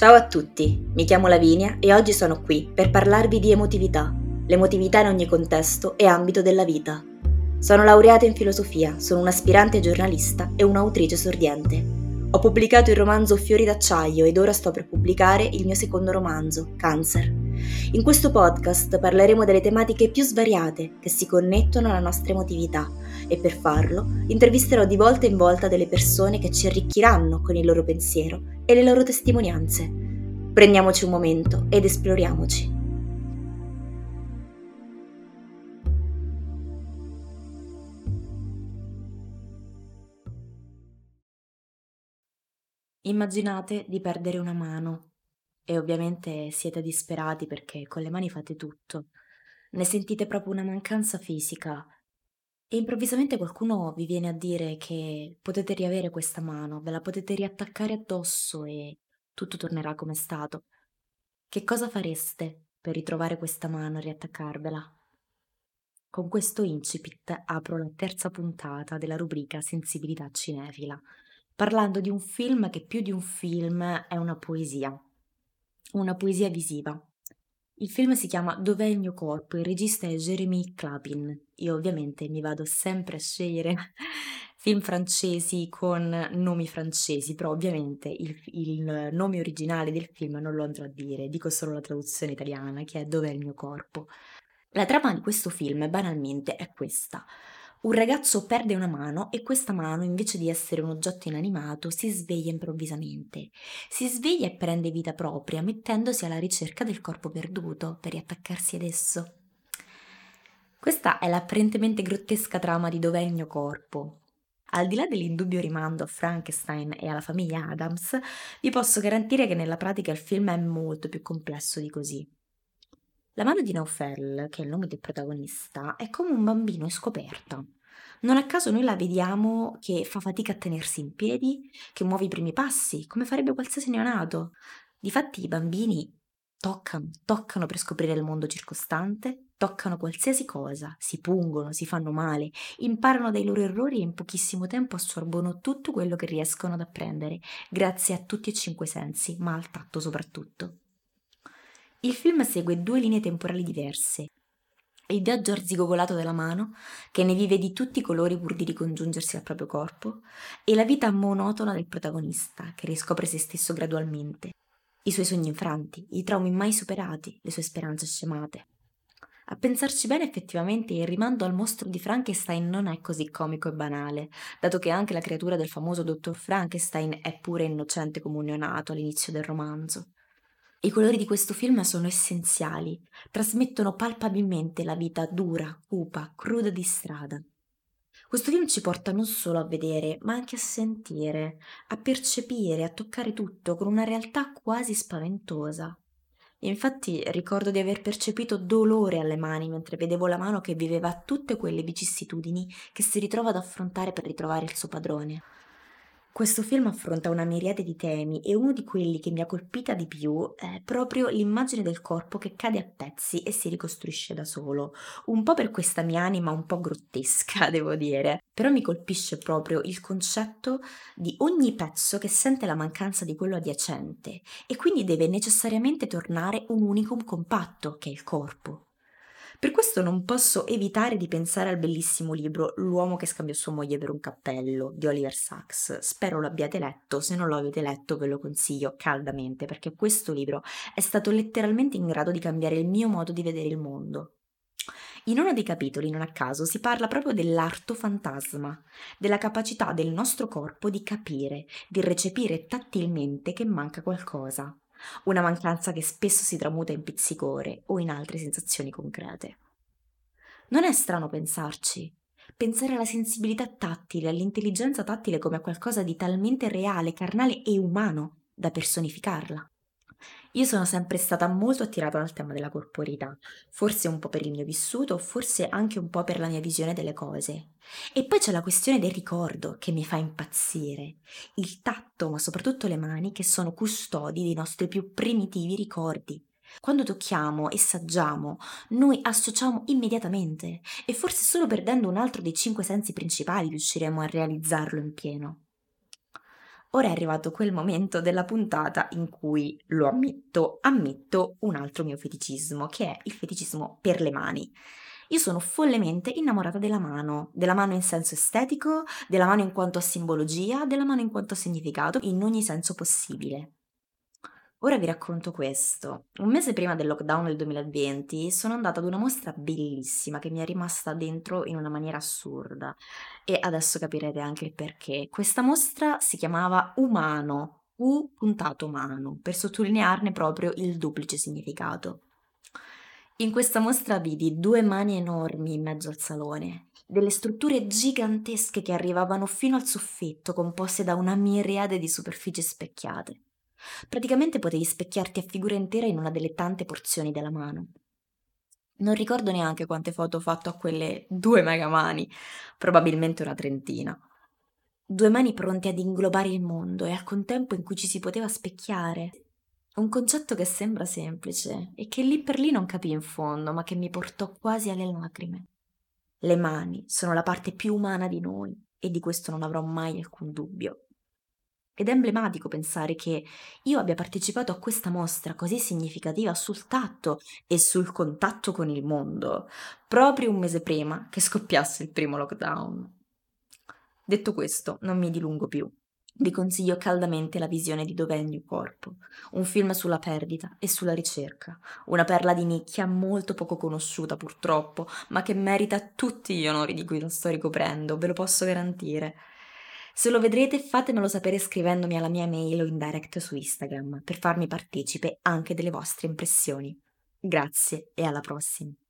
Ciao a tutti, mi chiamo Lavinia e oggi sono qui per parlarvi di emotività, l'emotività in ogni contesto e ambito della vita. Sono laureata in filosofia, sono un'aspirante giornalista e un'autrice sordiente. Ho pubblicato il romanzo Fiori d'acciaio ed ora sto per pubblicare il mio secondo romanzo, Cancer. In questo podcast parleremo delle tematiche più svariate che si connettono alla nostra emotività e per farlo intervisterò di volta in volta delle persone che ci arricchiranno con il loro pensiero e le loro testimonianze. Prendiamoci un momento ed esploriamoci. Immaginate di perdere una mano e ovviamente siete disperati perché con le mani fate tutto. Ne sentite proprio una mancanza fisica e improvvisamente qualcuno vi viene a dire che potete riavere questa mano, ve la potete riattaccare addosso e tutto tornerà come è stato. Che cosa fareste per ritrovare questa mano e riattaccarvela? Con questo incipit apro la terza puntata della rubrica Sensibilità cinefila, parlando di un film che più di un film è una poesia visiva. Il film si chiama Dov'è il mio corpo? Il regista è Jérémie Clapin. Io ovviamente mi vado sempre a scegliere film francesi con nomi francesi, però ovviamente il nome originale del film non lo andrò a dire, dico solo la traduzione italiana che è Dov'è il mio corpo? La trama di questo film, banalmente, è questa. Un ragazzo perde una mano e questa mano, invece di essere un oggetto inanimato, si sveglia improvvisamente. Si sveglia e prende vita propria, mettendosi alla ricerca del corpo perduto per riattaccarsi ad esso. Questa è l'apparentemente grottesca trama di Dov'è il mio corpo. Al di là dell'indubbio rimando a Frankenstein e alla famiglia Adams, vi posso garantire che nella pratica il film è molto più complesso di così. La mano di Naufel, che è il nome del protagonista, è come un bambino in scoperta. Non a caso noi la vediamo che fa fatica a tenersi in piedi, che muove i primi passi, come farebbe qualsiasi neonato. Difatti i bambini toccano per scoprire il mondo circostante, toccano qualsiasi cosa, si pungono, si fanno male, imparano dai loro errori e in pochissimo tempo assorbono tutto quello che riescono ad apprendere, grazie a tutti e cinque i sensi, ma al tatto soprattutto. Il film segue due linee temporali diverse. Il viaggio arzigogolato della mano, che ne vive di tutti i colori pur di ricongiungersi al proprio corpo, e la vita monotona del protagonista, che riscopre se stesso gradualmente, i suoi sogni infranti, i traumi mai superati, le sue speranze scemate. A pensarci bene, effettivamente, il rimando al mostro di Frankenstein non è così comico e banale, dato che anche la creatura del famoso dottor Frankenstein è pure innocente come un neonato all'inizio del romanzo. I colori di questo film sono essenziali, trasmettono palpabilmente la vita dura, cupa, cruda di strada. Questo film ci porta non solo a vedere, ma anche a sentire, a percepire, a toccare tutto con una realtà quasi spaventosa. Infatti ricordo di aver percepito dolore alle mani mentre vedevo la mano che viveva tutte quelle vicissitudini che si ritrova ad affrontare per ritrovare il suo padrone. Questo film affronta una miriade di temi e uno di quelli che mi ha colpita di più è proprio l'immagine del corpo che cade a pezzi e si ricostruisce da solo. Un po' per questa mia anima un po' grottesca, devo dire. Però mi colpisce proprio il concetto di ogni pezzo che sente la mancanza di quello adiacente e quindi deve necessariamente tornare un unicum compatto, che è il corpo. Per questo non posso evitare di pensare al bellissimo libro L'uomo che scambiò sua moglie per un cappello di Oliver Sacks. Spero lo abbiate letto, se non lo avete letto ve lo consiglio caldamente perché questo libro è stato letteralmente in grado di cambiare il mio modo di vedere il mondo. In uno dei capitoli, non a caso, si parla proprio dell'arto fantasma, della capacità del nostro corpo di capire, di recepire tattilmente che manca qualcosa. Una mancanza che spesso si tramuta in pizzicore o in altre sensazioni concrete. Non è strano pensarci. Pensare alla sensibilità tattile, all'intelligenza tattile come a qualcosa di talmente reale, carnale e umano da personificarla. Io sono sempre stata molto attirata dal tema della corporeità, forse un po' per il mio vissuto, forse anche un po' per la mia visione delle cose. E poi c'è la questione del ricordo che mi fa impazzire, il tatto, ma soprattutto le mani che sono custodi dei nostri più primitivi ricordi. Quando tocchiamo e assaggiamo, noi associamo immediatamente e forse solo perdendo un altro dei cinque sensi principali riusciremo a realizzarlo in pieno. Ora è arrivato quel momento della puntata in cui, lo ammetto un altro mio feticismo, che è il feticismo per le mani. Io sono follemente innamorata della mano in senso estetico, della mano in quanto a simbologia, della mano in quanto a significato, in ogni senso possibile. Ora vi racconto questo. Un mese prima del lockdown del 2020 sono andata ad una mostra bellissima che mi è rimasta dentro in una maniera assurda e adesso capirete anche il perché. Questa mostra si chiamava Umano, U puntato mano, per sottolinearne proprio il duplice significato. In questa mostra vidi due mani enormi in mezzo al salone, delle strutture gigantesche che arrivavano fino al soffitto, composte da una miriade di superfici specchiate. Praticamente potevi specchiarti a figura intera in una delle tante porzioni della mano. Non ricordo neanche quante foto ho fatto a quelle 2 megamani, probabilmente una trentina. 2 mani pronte ad inglobare il mondo e al contempo in cui ci si poteva specchiare. Un concetto che sembra semplice e che lì per lì non capii in fondo, ma che mi portò quasi alle lacrime. Le mani sono la parte più umana di noi e di questo non avrò mai alcun dubbio. Ed è emblematico pensare che io abbia partecipato a questa mostra così significativa sul tatto e sul contatto con il mondo, proprio un mese prima che scoppiasse il primo lockdown. Detto questo, non mi dilungo più. Vi consiglio caldamente la visione di Dov'è il mio corpo, un film sulla perdita e sulla ricerca, una perla di nicchia molto poco conosciuta purtroppo, ma che merita tutti gli onori di cui lo sto ricoprendo, ve lo posso garantire. Se lo vedrete fatemelo sapere scrivendomi alla mia mail o in direct su Instagram per farmi partecipe anche delle vostre impressioni. Grazie e alla prossima.